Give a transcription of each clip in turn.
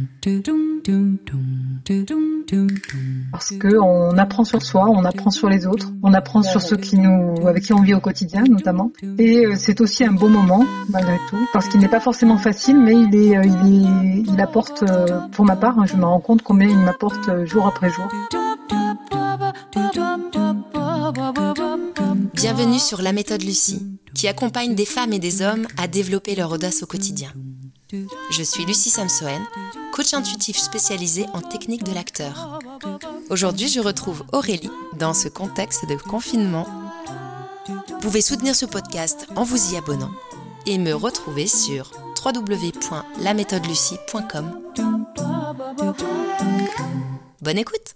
Parce qu'on apprend sur soi, on apprend sur les autres, on apprend sur ceux avec qui on vit au quotidien notamment. Et c'est aussi un beau moment malgré tout, parce qu'il n'est pas forcément facile, mais il apporte, pour ma part, je me rends compte combien il m'apporte jour après jour. Bienvenue sur La Méthode Lucie, qui accompagne des femmes et des hommes à développer leur audace au quotidien. Je suis Lucie Samsoen, coach intuitif spécialisée en technique de l'acteur. Aujourd'hui, je retrouve Aurélie dans ce contexte de confinement. Vous pouvez soutenir ce podcast en vous y abonnant et me retrouver sur www.laméthodelucie.com. Bonne écoute!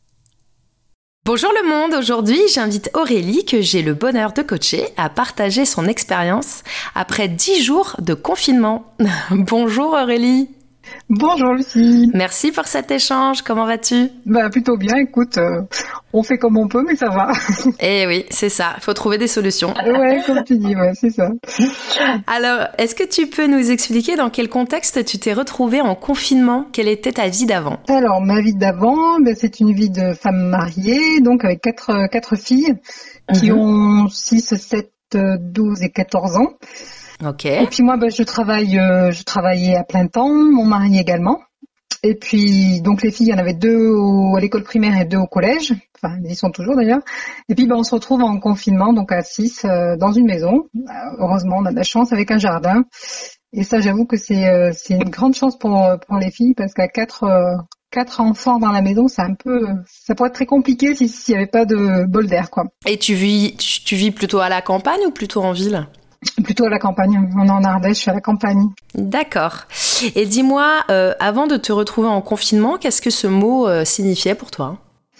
Bonjour le monde, aujourd'hui j'invite Aurélie que j'ai le bonheur de coacher à partager son expérience après 10 jours de confinement. Bonjour Aurélie. Bonjour Lucie. Merci pour cet échange, comment vas-tu ? Plutôt bien, écoute, on fait comme on peut mais ça va. Eh oui, c'est ça, il faut trouver des solutions. Ouais, comme tu dis, ouais, c'est ça. Alors, est-ce que tu peux nous expliquer dans quel contexte tu t'es retrouvée en confinement ? Quelle était ta vie d'avant ? Alors, ma vie d'avant, c'est une vie de femme mariée, donc avec quatre filles qui ont 6, 7, 12 et 14 ans. Ok. Et puis moi, je travaillais à plein temps, mon mari également. Et puis, donc les filles, il y en avait 2 à l'école primaire et 2 au collège. Enfin, ils y sont toujours d'ailleurs. Et puis, on se retrouve en confinement, donc à 6, dans une maison. Heureusement, on a de la chance avec un jardin. Et ça, j'avoue que c'est une grande chance pour les filles, parce qu'à 4 enfants dans la maison, ça pourrait être très compliqué s'il y avait pas de bol d'air, quoi. Et tu vis plutôt à la campagne ou plutôt en ville ? Plutôt à la campagne. On est en Ardèche, à la campagne. D'accord. Et dis-moi, avant de te retrouver en confinement, qu'est-ce que ce mot signifiait pour toi ?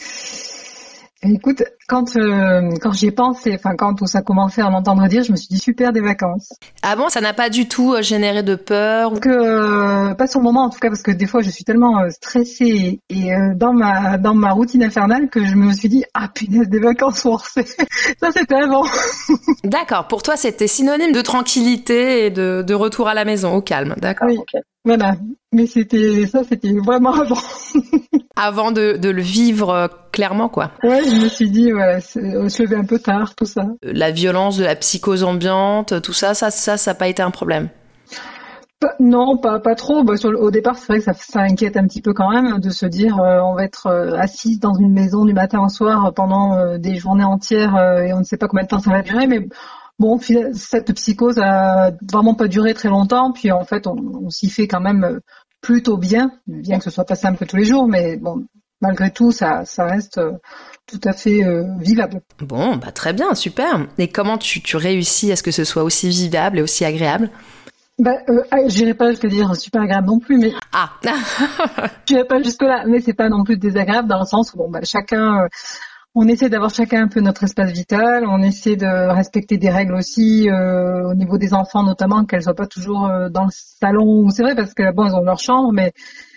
Écoute, quand j'y ai pensé, quand tout ça commençait à m'entendre dire, je me suis dit super, des vacances. Ah bon, ça n'a pas du tout généré de peur ? Pas sur le moment en tout cas, parce que des fois je suis tellement stressée et dans ma routine infernale que je me suis dit punaise, des vacances forcées. Ça c'était avant. D'accord, pour toi c'était synonyme de tranquillité et de retour à la maison, au calme, d'accord. Oui, okay. Voilà. Mais c'était vraiment avant. Avant de le vivre clairement, quoi. Ouais, je me suis dit, se lever un peu tard, tout ça. La violence de la psychose ambiante, tout ça n'a pas été un problème. Non, pas trop. Au départ, c'est vrai que ça inquiète un petit peu quand même de se dire on va être assis dans une maison du matin au soir pendant des journées entières et on ne sait pas combien de temps ça va durer, mais bon, cette psychose a vraiment pas duré très longtemps, puis en fait, on s'y fait quand même plutôt bien que ce soit pas simple tous les jours, mais bon, malgré tout, ça reste tout à fait vivable. Bon, très bien, super. Et comment tu réussis à ce que ce soit aussi vivable et aussi agréable ? J'irai pas jusqu'à dire super agréable non plus, mais j'irai pas jusque là, mais c'est pas non plus désagréable dans le sens où chacun. On essaie d'avoir chacun un peu notre espace vital, on essaie de respecter des règles aussi au niveau des enfants notamment, qu'elles soient pas toujours dans le salon. C'est vrai parce que ils ont leur chambre, mais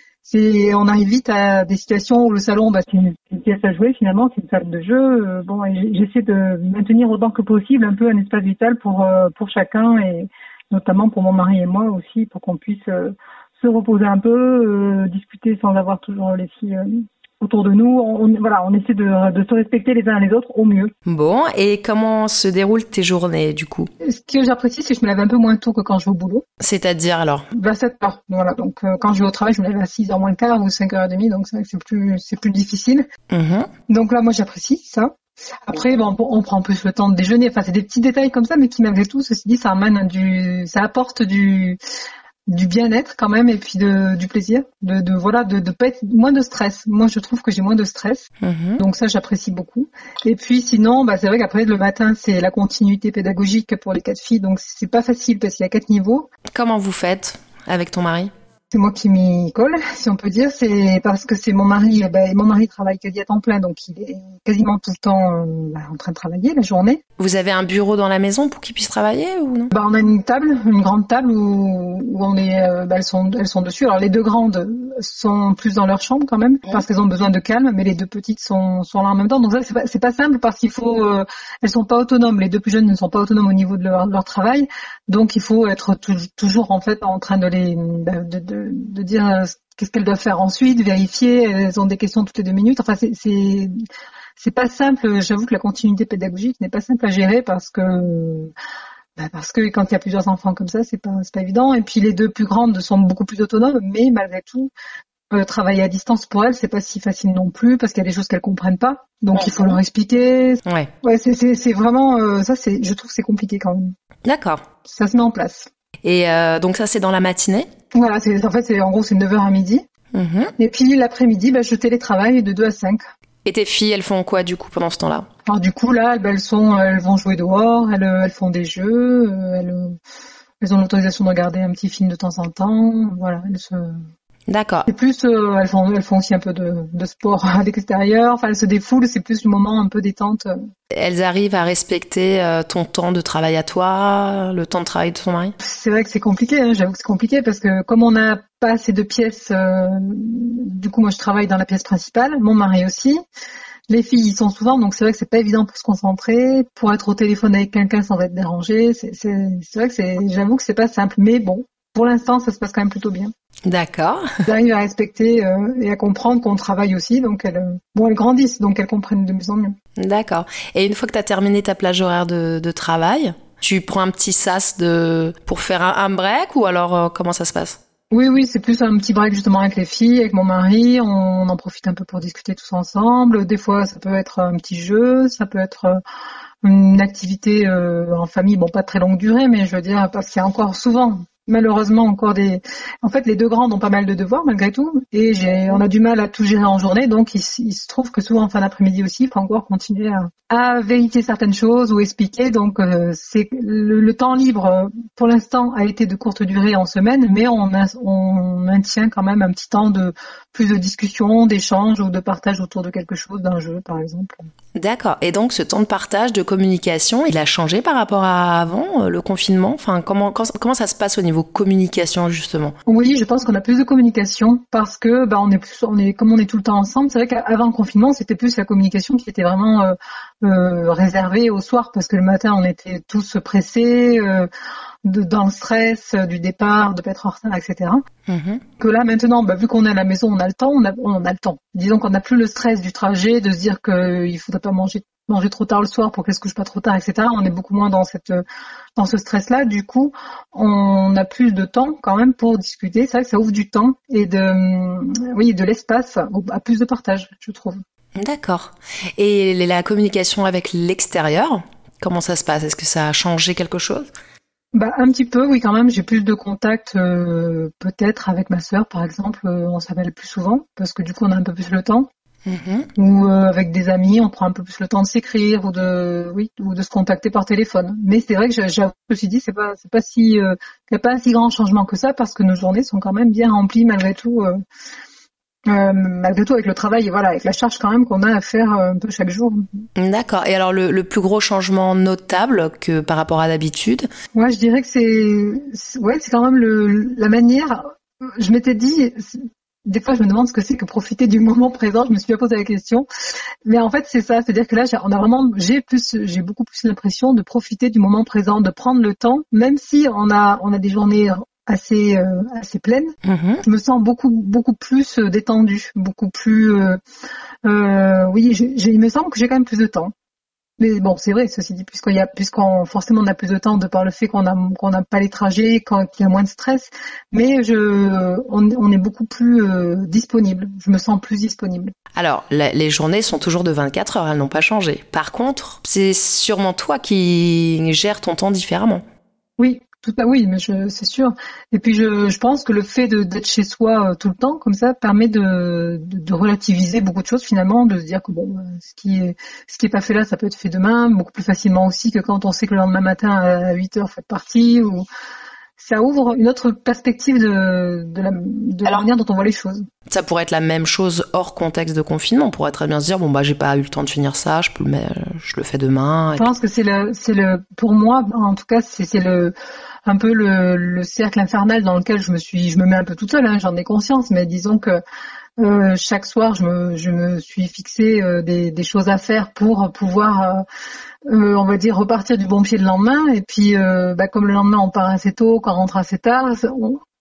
on arrive vite à des situations où le salon, c'est une pièce à jouer finalement, c'est une salle de jeu. Et j'essaie de maintenir autant que possible un peu un espace vital pour chacun et notamment pour mon mari et moi aussi, pour qu'on puisse se reposer un peu, discuter sans avoir toujours les filles autour de nous. On essaie de se respecter les uns les autres au mieux. Bon, et comment se déroulent tes journées du coup ? Ce que j'apprécie, c'est que je me lève un peu moins tôt que quand je vais au boulot. C'est-à-dire alors ? 7h. Voilà, donc quand je vais au travail, je me lève à 6h moins le quart ou 5h30, donc c'est vrai que c'est plus difficile. Donc là, moi, j'apprécie ça. Après, on prend plus le temps de déjeuner. Enfin, c'est des petits détails comme ça, mais qui malgré tout, ceci dit, ça apporte du bien-être quand même et puis du plaisir, de pas être moins de stress. Moi, je trouve que j'ai moins de stress. Donc ça, j'apprécie beaucoup. Et puis sinon, c'est vrai qu'après le matin, c'est la continuité pédagogique pour les 4 filles, donc c'est pas facile parce qu'il y a 4 niveaux. Comment vous faites avec ton mari ? C'est moi qui m'y colle, si on peut dire. C'est parce que c'est mon mari. Mon mari travaille quasi à temps plein, donc il est quasiment tout le temps en train de travailler la journée. Vous avez un bureau dans la maison pour qu'il puisse travailler ou non ? On a une grande table où on est. Elles sont dessus. Alors les 2 grandes sont plus dans leur chambre quand même parce qu'elles ont besoin de calme, mais les 2 petites sont là en même temps. Donc ça c'est pas simple parce qu'il faut. Elles sont pas autonomes. Les 2 plus jeunes ne sont pas autonomes au niveau de leur travail, donc il faut être toujours en fait en train de de dire qu'est-ce qu'elles doivent faire ensuite, vérifier, elles ont des questions toutes les 2 minutes. Enfin, c'est pas simple. J'avoue que la continuité pédagogique n'est pas simple à gérer parce que quand il y a plusieurs enfants comme ça, c'est pas évident. Et puis les 2 plus grandes sont beaucoup plus autonomes, mais malgré tout, travailler à distance pour elles, c'est pas si facile non plus parce qu'il y a des choses qu'elles comprennent pas. Donc il faut leur expliquer. Ouais, c'est vraiment ça. Je trouve que c'est compliqué quand même. D'accord. Ça se met en place. Et donc ça, c'est dans la matinée? Voilà, en gros, c'est 9h à midi. Et puis l'après-midi, je télétravaille de 2 à 5. Et tes filles, elles font quoi du coup pendant ce temps-là? Alors du coup, là, elles vont jouer dehors, elles font des jeux, elles ont l'autorisation de regarder un petit film de temps en temps. Voilà, D'accord. C'est plus, elles font aussi un peu de sport à l'extérieur. Enfin, elles se défoulent. C'est plus le moment un peu détente. Elles arrivent à respecter ton temps de travail à toi, le temps de travail de ton mari? C'est vrai que c'est compliqué. J'avoue que c'est compliqué parce que comme on n'a pas assez de pièces, du coup, moi, je travaille dans la pièce principale. Mon mari aussi. Les filles y sont souvent, donc c'est vrai que c'est pas évident pour se concentrer, pour être au téléphone avec quelqu'un sans être dérangé. C'est vrai que j'avoue que c'est pas simple, mais bon. Pour l'instant, ça se passe quand même plutôt bien. D'accord. Elles arrivent à respecter et à comprendre qu'on travaille aussi, donc elles grandissent, donc elles comprennent de mieux en mieux. D'accord. Et une fois que tu as terminé ta plage horaire de travail, tu prends un petit sas pour faire un break ou alors comment ça se passe? Oui, c'est plus un petit break justement avec les filles, avec mon mari. On en profite un peu pour discuter tous ensemble. Des fois, ça peut être un petit jeu, ça peut être une activité en famille, bon, pas de très longue durée, mais je veux dire, parce qu'il y a encore souvent... Malheureusement, en fait, les 2 grandes ont pas mal de devoirs malgré tout, et on a du mal à tout gérer en journée, donc il se trouve que souvent en fin d'après-midi aussi, il faut encore continuer à vérifier certaines choses ou expliquer. Donc, c'est le temps libre pour l'instant a été de courte durée en semaine, mais on maintient quand même un petit temps de plus de discussion, d'échange ou de partage autour de quelque chose, d'un jeu par exemple. D'accord. Et donc, ce temps de partage, de communication, il a changé par rapport à avant, le confinement? Enfin, comment ça se passe au niveau communication, justement? Oui, je pense qu'on a plus de communication parce que, comme on est tout le temps ensemble, c'est vrai qu'avant le confinement, c'était plus la communication qui était vraiment réservée au soir parce que le matin, on était tous pressés, dans le stress du départ, de pas être en retard, etc. Que là, maintenant, vu qu'on est à la maison, on a le temps, on a le temps. Disons qu'on n'a plus le stress du trajet, de se dire qu'il faudrait pas manger trop tard le soir pour qu'elle se couche pas trop tard, etc. On est beaucoup moins dans ce stress-là. Du coup, on a plus de temps quand même pour discuter. C'est vrai que ça ouvre du temps et de l'espace à plus de partage, je trouve. D'accord. Et la communication avec l'extérieur, comment ça se passe? Est-ce que ça a changé quelque chose? Un petit peu, oui, quand même. J'ai plus de contacts, peut-être avec ma sœur, par exemple. On s'appelle plus souvent parce que du coup, on a un peu plus le temps. Ou avec des amis, on prend un peu plus le temps de s'écrire ou de se contacter par téléphone. Mais c'est vrai que je me suis dit, il n'y a pas un si grand changement que ça parce que nos journées sont quand même bien remplies malgré tout avec le travail et voilà, avec la charge quand même qu'on a à faire un peu chaque jour. D'accord. Et alors le plus gros changement notable que par rapport à d'habitude? Ouais, je dirais que c'est quand même la manière. Je m'étais dit, des fois je me demande ce que c'est que profiter du moment présent. Je me suis bien posé la question, mais en fait c'est ça, c'est-à-dire que là j'ai beaucoup plus l'impression de profiter du moment présent, de prendre le temps, même si on a des journées assez pleine. Je me sens beaucoup plus détendue, beaucoup plus il me semble que j'ai quand même plus de temps. Mais bon, c'est vrai, ceci dit, puisqu'on forcément on a plus de temps de par le fait qu'on n'a pas les trajets, qu'il y a moins de stress, mais on est beaucoup plus disponible. Je me sens plus disponible. Alors, les journées sont toujours de 24 heures, elles n'ont pas changé. Par contre, c'est sûrement toi qui gères ton temps différemment. Oui. Oui, mais c'est sûr. Et puis je pense que le fait d'être chez soi tout le temps, comme ça, permet de relativiser beaucoup de choses finalement, de se dire que ce qui est pas fait là, ça peut être fait demain, beaucoup plus facilement aussi que quand on sait que le lendemain matin à 8h, faut être parti. Ou ça ouvre une autre perspective de la manière dont on voit les choses. Ça pourrait être la même chose hors contexte de confinement. On pourrait très bien se dire j'ai pas eu le temps de finir ça, je le fais demain. Je pense que c'est pour moi en tout cas c'est un peu le cercle infernal dans lequel je me mets un peu toute seule, j'en ai conscience, mais disons que chaque soir je me suis fixé des choses à faire pour pouvoir on va dire repartir du bon pied le lendemain. Et puis comme le lendemain on part assez tôt, qu'on rentre assez tard,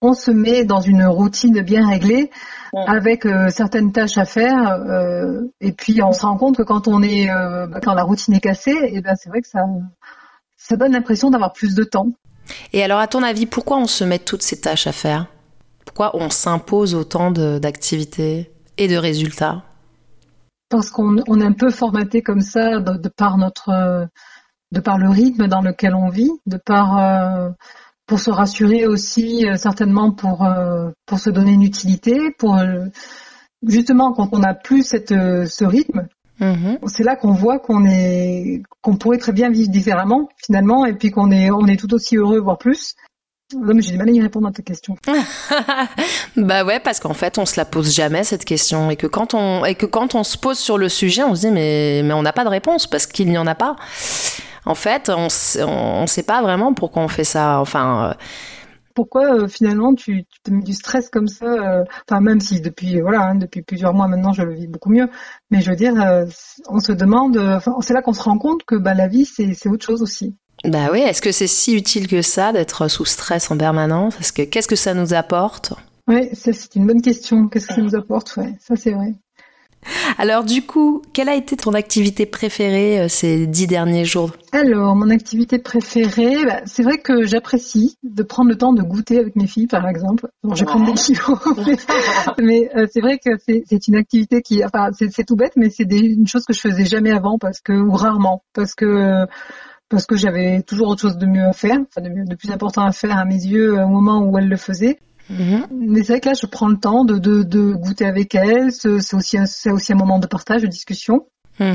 on se met dans une routine bien réglée avec certaines tâches à faire et puis on se rend compte que quand quand la routine est cassée, et ben c'est vrai que ça donne l'impression d'avoir plus de temps. Et alors à ton avis, pourquoi on se met toutes ces tâches à faire ? Pourquoi on s'impose autant d'activités et de résultats ? Parce qu'on est un peu formaté comme ça de par le rythme dans lequel on vit, pour se rassurer aussi, certainement pour se donner une utilité, pour justement quand on n'a plus ce rythme, c'est là qu'on voit qu'on pourrait très bien vivre différemment finalement, et puis qu'on est tout aussi heureux, voire plus. Non, mais j'ai du mal à y répondre à ta question. Bah ouais, parce qu'en fait, on se la pose jamais cette question, et que quand on se pose sur le sujet, on se dit mais on n'a pas de réponse parce qu'il n'y en a pas. En fait, on sait pas vraiment pourquoi on fait ça. Enfin, pourquoi finalement tu te mets du stress comme ça, enfin même si depuis plusieurs mois maintenant je le vis beaucoup mieux, mais je veux dire, on se demande, c'est là qu'on se rend compte que la vie c'est autre chose aussi. Bah oui, est-ce que c'est si utile que ça d'être sous stress en permanence ? Qu'est-ce que ça nous apporte ? Oui, c'est une bonne question. Qu'est-ce que ça nous apporte ? Ouais, ça c'est vrai. Alors du coup, quelle a été ton activité préférée ces 10 derniers jours ? Alors, mon activité préférée, c'est vrai que j'apprécie de prendre le temps de goûter avec mes filles, par exemple. Bon, je vais prendre des kilos, mais c'est vrai que c'est une activité c'est tout bête, mais c'est une chose que je faisais jamais avant, ou rarement, parce que j'avais toujours autre chose de mieux à faire, de plus important à faire à mes yeux au moment où elle le faisait. Mais c'est vrai que là, je prends le temps de goûter avec elle. C'est aussi un moment de partage, de discussion,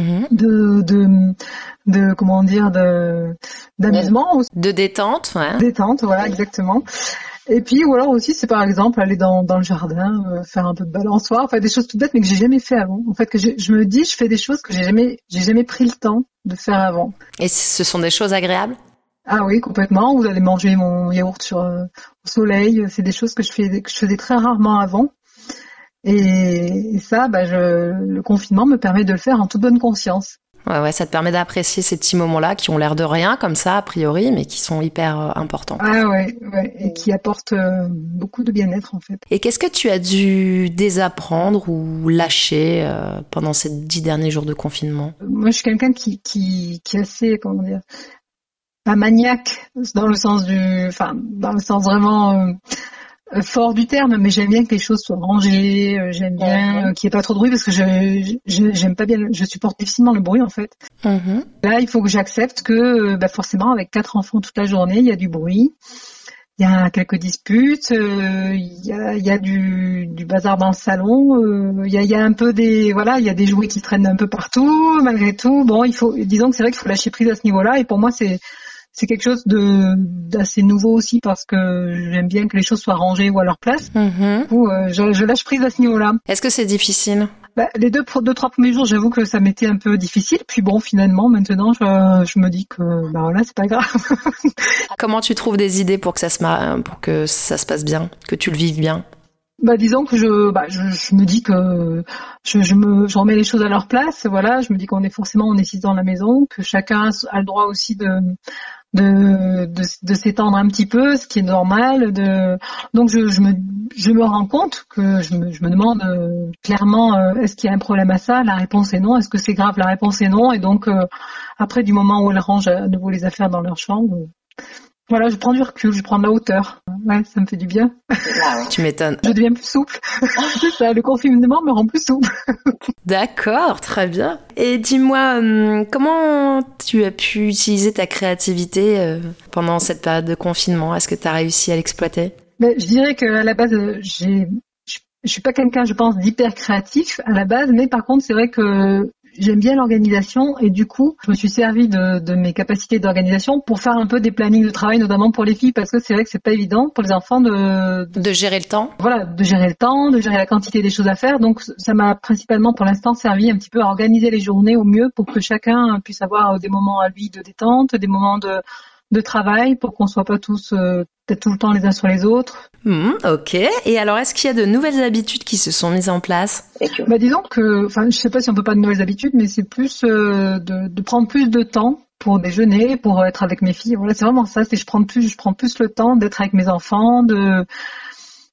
d'amusement aussi. De détente, ouais. Détente, voilà, exactement. Et puis, ou alors aussi, c'est par exemple aller dans le jardin, faire un peu de balançoire, enfin des choses toutes bêtes, mais que j'ai jamais fait avant. En fait, que je me dis, je fais des choses que j'ai jamais pris le temps de faire avant. Et ce sont des choses agréables ? Ah oui, complètement. Vous allez manger mon yaourt au soleil. C'est des choses que je faisais très rarement avant. Et ça, le confinement me permet de le faire en toute bonne conscience. Ouais, ça te permet d'apprécier ces petits moments-là qui ont l'air de rien, comme ça, a priori, mais qui sont hyper importants. Ah ouais, et qui apportent beaucoup de bien-être, en fait. Et qu'est-ce que tu as dû désapprendre ou lâcher pendant ces 10 derniers jours de confinement ? Moi, je suis quelqu'un qui est assez, comment dire, pas maniaque, dans le sens vraiment fort du terme, mais j'aime bien que les choses soient rangées, j'aime bien qu'il n'y ait pas trop de bruit, parce que j'aime pas bien, je supporte difficilement le bruit en fait. Là, il faut que j'accepte que forcément avec 4 enfants toute la journée, il y a du bruit, il y a quelques disputes, il y a du bazar dans le salon, il y a un peu il y a des jouets qui traînent un peu partout, malgré tout. Bon, disons que c'est vrai qu'il faut lâcher prise à ce niveau-là, et pour moi c'est quelque chose d'assez nouveau aussi, parce que j'aime bien que les choses soient rangées ou à leur place. Je lâche prise à ce niveau-là. Est-ce que c'est difficile ? Les 2-3 premiers jours, j'avoue que ça m'était un peu difficile. Puis bon, finalement, maintenant, je me dis que c'est pas grave. Comment tu trouves des idées pour que ça se passe bien, que tu le vives bien ? Disons que je me dis que je remets les choses à leur place. Voilà, je me dis qu'on est 6 dans la maison, que chacun a le droit aussi de s'étendre un petit peu, ce qui est normal. Donc je me rends compte que je me demande clairement, est-ce qu'il y a un problème à ça ? La réponse est non. Est-ce que c'est grave ? La réponse est non. Et donc après, du moment où elles rangent à nouveau les affaires dans leur chambre, voilà, je prends du recul, je prends de la hauteur. Ouais, ça me fait du bien. Tu m'étonnes. Je deviens plus souple. C'est ça, le confinement me rend plus souple. D'accord, très bien. Et dis-moi, comment tu as pu utiliser ta créativité pendant cette période de confinement ? Est-ce que tu as réussi à l'exploiter ? Je dirais qu'à la base, je suis pas quelqu'un, je pense, d'hyper créatif à la base, mais par contre, c'est vrai que j'aime bien l'organisation, et du coup, je me suis servi de mes capacités d'organisation pour faire un peu des plannings de travail, notamment pour les filles, parce que c'est vrai que c'est pas évident pour les enfants de gérer le temps. Voilà, de gérer le temps, de gérer la quantité des choses à faire. Donc, ça m'a principalement, pour l'instant, servi un petit peu à organiser les journées au mieux pour que chacun puisse avoir des moments à lui de détente, des moments de travail, pour qu'on soit pas tous peut-être tout le temps les uns sur les autres. Ok. Et alors, est-ce qu'il y a de nouvelles habitudes qui se sont mises en place ? Disons que, je sais pas si on peut pas de nouvelles habitudes, mais c'est plus de prendre plus de temps pour déjeuner, pour être avec mes filles. Voilà, c'est vraiment ça. Je prends plus le temps d'être avec mes enfants,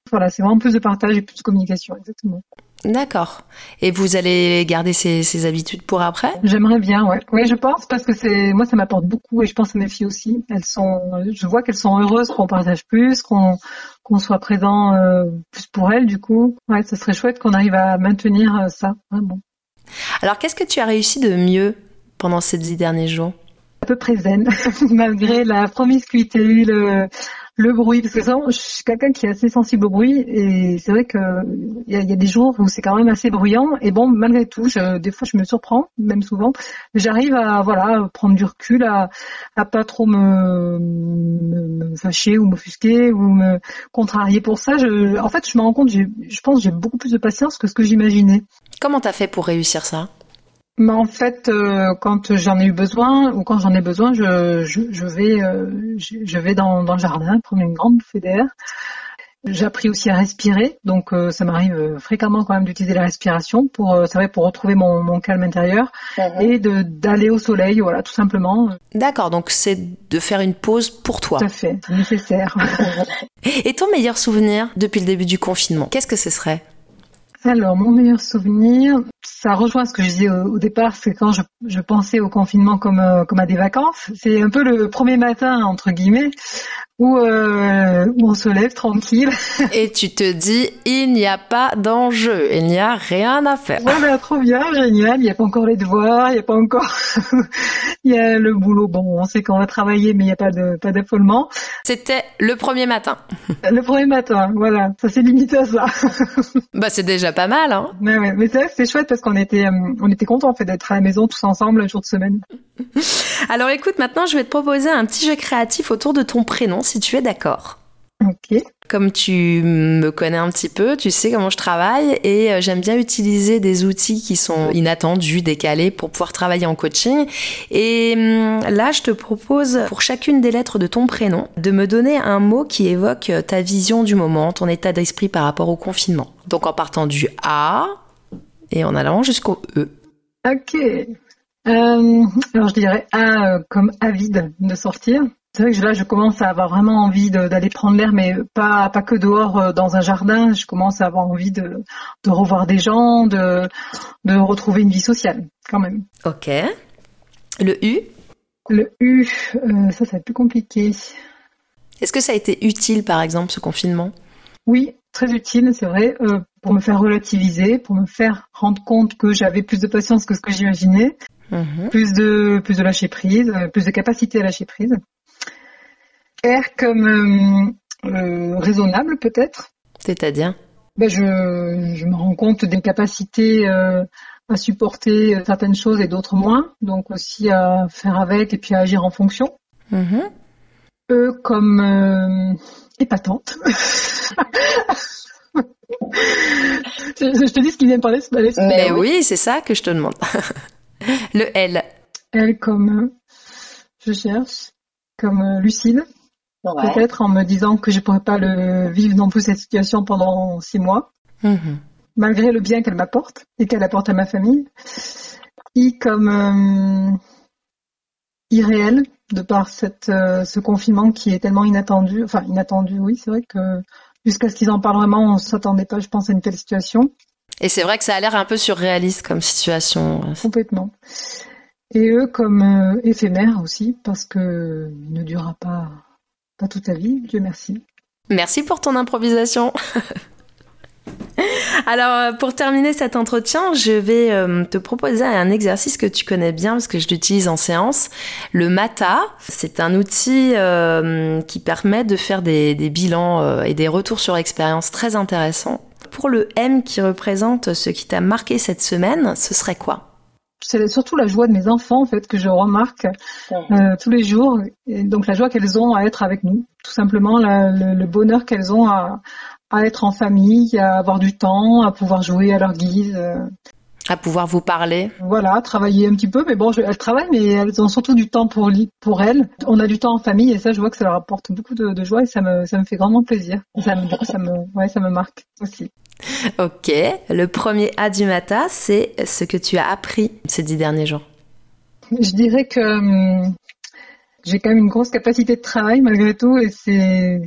Voilà, c'est vraiment plus de partage et plus de communication, exactement. D'accord. Et vous allez garder ces habitudes pour après? J'aimerais bien, ouais. Oui, je pense, parce que moi, ça m'apporte beaucoup, et je pense à mes filles aussi. Je vois qu'elles sont heureuses qu'on partage plus, qu'on soit présent plus pour elles, du coup. Ouais, ça serait chouette qu'on arrive à maintenir ça, vraiment. Alors, qu'est-ce que tu as réussi de mieux pendant ces 10 derniers jours? À peu près zen, malgré la promiscuité, le bruit, parce que ça, je suis quelqu'un qui est assez sensible au bruit, et c'est vrai que il y a des jours où c'est quand même assez bruyant, et bon, malgré tout, des fois je me surprends, même souvent, j'arrive à prendre du recul, à pas trop me fâcher ou m'offusquer ou me contrarier pour ça. En fait, je me rends compte, je pense que j'ai beaucoup plus de patience que ce que j'imaginais. Comment t'as fait pour réussir ça? Mais en fait, quand j'en ai eu besoin ou quand j'en ai besoin, je vais dans le jardin prendre une grande bouffée d'air. J'ai appris aussi à respirer, donc ça m'arrive fréquemment quand même d'utiliser la respiration pour retrouver mon calme intérieur et d'aller au soleil, voilà, tout simplement. D'accord, donc c'est de faire une pause pour toi. Tout à fait, c'est nécessaire. Et ton meilleur souvenir depuis le début du confinement, qu'est-ce que ce serait? Alors, mon meilleur souvenir, ça rejoint ce que je disais au départ, c'est quand je pensais au confinement comme à des vacances. C'est un peu le premier matin, entre guillemets, où on se lève tranquille. Et tu te dis, il n'y a pas d'enjeu, il n'y a rien à faire. Voilà, trop bien, génial. Il n'y a pas encore les devoirs, il n'y a pas encore... il y a le boulot. Bon, on sait qu'on va travailler, mais il n'y a pas d'affolement. C'était le premier matin. Le premier matin, voilà. Ça s'est limité à ça. Bah, c'est déjà pas mal, hein. Mais c'est vrai que c'est chouette parce qu'on était contents, en fait, d'être à la maison tous ensemble un jour de semaine. Alors écoute, maintenant je vais te proposer un petit jeu créatif autour de ton prénom, si tu es d'accord. Ok. Comme tu me connais un petit peu, tu sais comment je travaille et j'aime bien utiliser des outils qui sont inattendus, décalés pour pouvoir travailler en coaching. Et là, je te propose pour chacune des lettres de ton prénom de me donner un mot qui évoque ta vision du moment, ton état d'esprit par rapport au confinement. Donc en partant du A et en allant jusqu'au E. Ok. Alors je dirais A comme avide de sortir. C'est vrai que là, je commence à avoir vraiment envie d'aller prendre l'air, mais pas que dehors dans un jardin. Je commence à avoir envie de revoir des gens, de retrouver une vie sociale, quand même. Ok. Le U? Le U, ça va être plus compliqué. Est-ce que ça a été utile, par exemple, ce confinement? Oui, très utile, c'est vrai, pour me faire relativiser, pour me faire rendre compte que j'avais plus de patience que ce que j'imaginais, plus de lâcher prise, plus de capacité à lâcher prise. R comme raisonnable peut-être. C'est-à-dire? Je me rends compte des capacités à supporter certaines choses et d'autres moins, donc aussi à faire avec et puis à agir en fonction. E comme épatante. Je te dis ce qui vient de parler. Mais oui, c'est ça que je te demande. Le L. L comme je cherche, comme lucide. Ouais. Peut-être en me disant que je pourrais pas vivre non plus cette situation pendant 6 mois, malgré le bien qu'elle m'apporte et qu'elle apporte à ma famille. I comme irréel, de par ce confinement qui est tellement inattendu. Enfin, inattendu, oui, c'est vrai que jusqu'à ce qu'ils en parlent vraiment, on s'attendait pas, je pense, à une telle situation. Et c'est vrai que ça a l'air un peu surréaliste comme situation. Complètement. Et eux comme éphémère aussi, parce que il ne durera pas toute ta vie, Dieu merci. Merci pour ton improvisation. Alors, pour terminer cet entretien, je vais te proposer un exercice que tu connais bien parce que je l'utilise en séance. Le MATA, c'est un outil qui permet de faire des bilans et des retours sur expérience très intéressants. Pour le M qui représente ce qui t'a marqué cette semaine, ce serait quoi ? C'est surtout la joie de mes enfants, en fait, que je remarque tous les jours. Et donc, la joie qu'elles ont à être avec nous. Tout simplement, le bonheur qu'elles ont à être en famille, à avoir du temps, à pouvoir jouer à leur guise. À pouvoir vous parler. Voilà, travailler un petit peu. Mais bon, elles travaillent, mais elles ont surtout du temps pour elles. On a du temps en famille et ça, je vois que ça leur apporte beaucoup de joie et ça me fait grandement plaisir. Ça me marque aussi. Ok, le premier A du MATA, c'est ce que tu as appris ces 10 derniers jours. Je dirais que j'ai quand même une grosse capacité de travail malgré tout et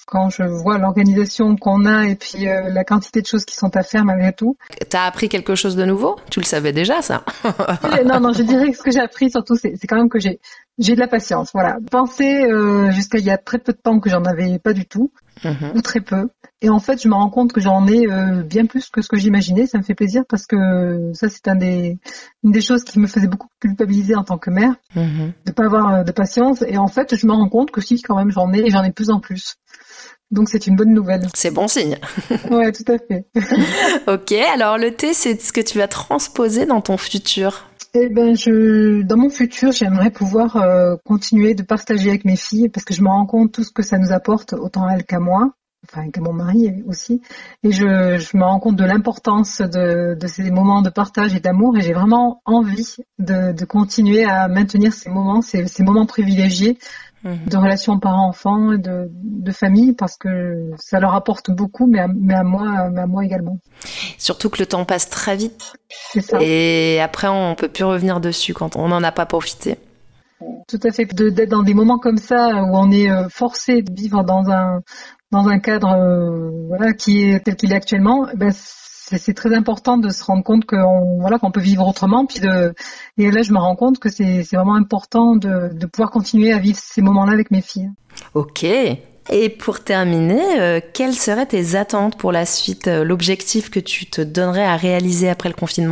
quand je vois l'organisation qu'on a et puis la quantité de choses qui sont à faire malgré tout. T'as appris quelque chose de nouveau ? Tu le savais déjà, ça ? Non, je dirais que ce que j'ai appris surtout, c'est quand même que j'ai de la patience. Voilà, penser jusqu'à il y a très peu de temps que j'en avais pas du tout, ou très peu. Et en fait, je me rends compte que j'en ai bien plus que ce que j'imaginais. Ça me fait plaisir parce que ça, c'est une des choses qui me faisait beaucoup culpabiliser en tant que mère, de pas avoir de patience. Et en fait, je me rends compte que si, quand même, j'en ai de plus en plus. Donc, c'est une bonne nouvelle. C'est bon signe. Ouais, tout à fait. Ok, alors le thé, c'est ce que tu vas transposer dans ton futur. Eh ben, dans mon futur, j'aimerais pouvoir continuer de partager avec mes filles parce que je me rends compte tout ce que ça nous apporte, autant elles qu'à moi. Enfin, qu'à mon mari aussi. Et je me rends compte de l'importance de ces moments de partage et d'amour. Et j'ai vraiment envie de continuer à maintenir ces moments privilégiés de relations parents-enfants et de famille parce que ça leur apporte beaucoup, mais à moi également. Surtout que le temps passe très vite. C'est ça. Et après, on peut plus revenir dessus quand on n'en a pas profité. Tout à fait. D'être dans des moments comme ça où on est forcé de vivre dans un cadre qui est tel qu'il est actuellement, c'est très important de se rendre compte qu'on peut vivre autrement. Et là, je me rends compte que c'est vraiment important de pouvoir continuer à vivre ces moments-là avec mes filles. Ok. Et pour terminer, quelles seraient tes attentes pour la suite, l'objectif que tu te donnerais à réaliser après le confinement ?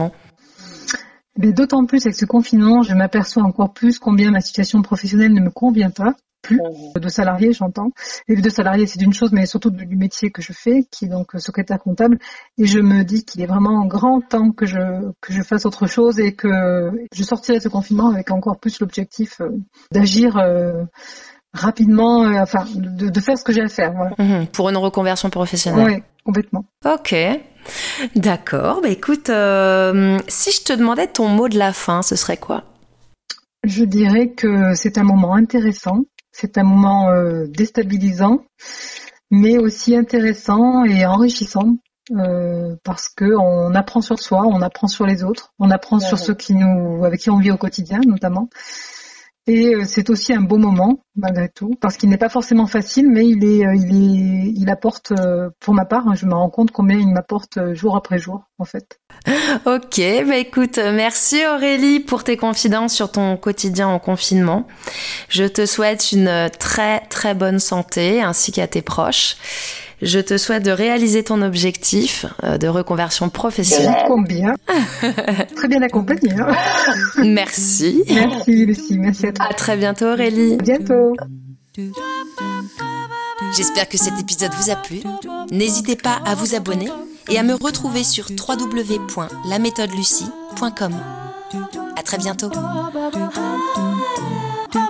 Mais d'autant plus avec ce confinement, je m'aperçois encore plus combien ma situation professionnelle ne me convient pas. Plus de salariés, j'entends. Et de salariés, c'est d'une chose, mais surtout du métier que je fais, qui est donc secrétaire comptable. Et je me dis qu'il est vraiment grand temps que je fasse autre chose et que je sortirai de ce confinement avec encore plus l'objectif d'agir rapidement, de faire ce que j'ai à faire. Voilà. Pour une reconversion professionnelle. Oui, complètement. Ok. D'accord. Écoute, si je te demandais ton mot de la fin, ce serait quoi ? Je dirais que c'est un moment intéressant. C'est un moment déstabilisant, mais aussi intéressant et enrichissant parce que on apprend sur soi, on apprend sur les autres, on apprend sur ceux avec qui on vit au quotidien notamment. Et c'est aussi un beau moment malgré tout parce qu'il n'est pas forcément facile, mais il apporte pour ma part. Je me rends compte combien il m'apporte jour après jour en fait. Ok, écoute, merci Aurélie pour tes confidences sur ton quotidien en confinement. Je te souhaite une très très bonne santé ainsi qu'à tes proches. Je te souhaite de réaliser ton objectif de reconversion professionnelle. Combien ? Très bien accompagnée. Hein. Merci. Merci Lucie, merci à toi. À très bientôt Aurélie. À bientôt. J'espère que cet épisode vous a plu. N'hésitez pas à vous abonner et à me retrouver sur www.laméthodelucie.com. À très bientôt.